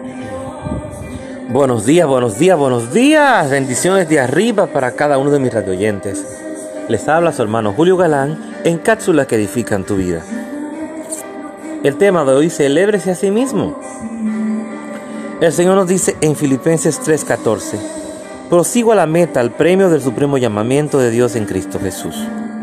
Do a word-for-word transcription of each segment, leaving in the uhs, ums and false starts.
Buenos días, buenos días, buenos días. Bendiciones de arriba para cada uno de mis radioyentes. Les habla su hermano Julio Galán en cápsulas que edifican tu vida. El tema de hoy: celébrese a sí mismo. El Señor nos dice en Filipenses tres catorce: prosigo a la meta, al premio del supremo llamamiento de Dios en Cristo Jesús.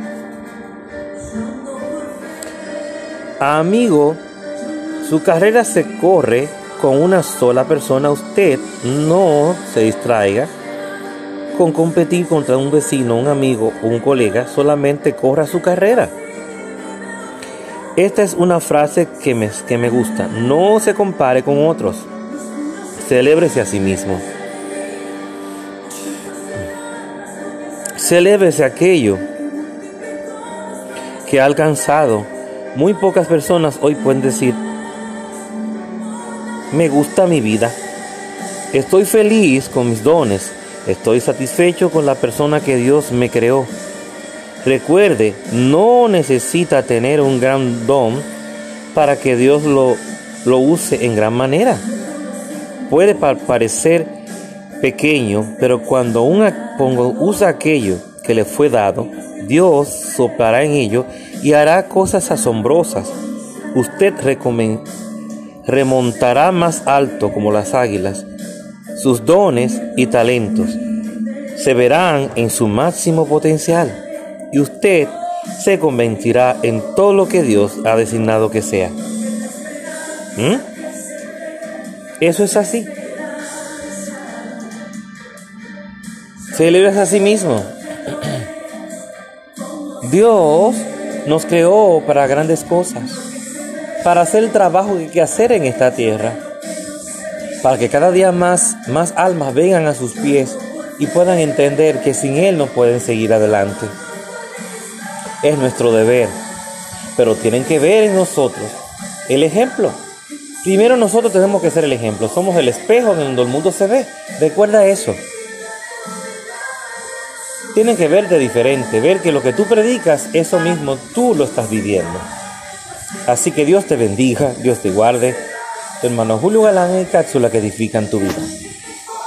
Amigo, su carrera se corre con una sola persona. Usted no se distraiga con competir contra un vecino, un amigo o un colega. Solamente corra su carrera. Esta es una frase que me, que me gusta. No se compare con otros. Celébrese a sí mismo. Celébrese aquello que ha alcanzado. Muy pocas personas hoy pueden decir: me gusta mi vida, estoy feliz con mis dones, estoy satisfecho con la persona que Dios me creó. Recuerde, no necesita tener un gran don para que Dios lo, lo use en gran manera. Puede parecer pequeño, pero cuando una, cuando usa aquello que le fue dado, Dios soplará en ello y hará cosas asombrosas. Usted recomienda remontará más alto como las águilas. Sus dones y talentos se verán en su máximo potencial y usted se convertirá en todo lo que Dios ha designado que sea. ¿Mm? Eso es así. Celebres a sí mismo. Dios nos creó para grandes cosas, para hacer el trabajo que hay que hacer en esta tierra, para que cada día más, más almas vengan a sus pies y puedan entender que sin Él no pueden seguir adelante. Es nuestro deber, pero tienen que ver en nosotros el ejemplo. Primero nosotros tenemos que ser el ejemplo. Somos el espejo donde el mundo se ve. Recuerda eso. Tienen que verte diferente, ver que lo que tú predicas, eso mismo tú lo estás viviendo. Así que Dios te bendiga, Dios te guarde. Tu hermano Julio Galán en cápsula que edifican tu vida.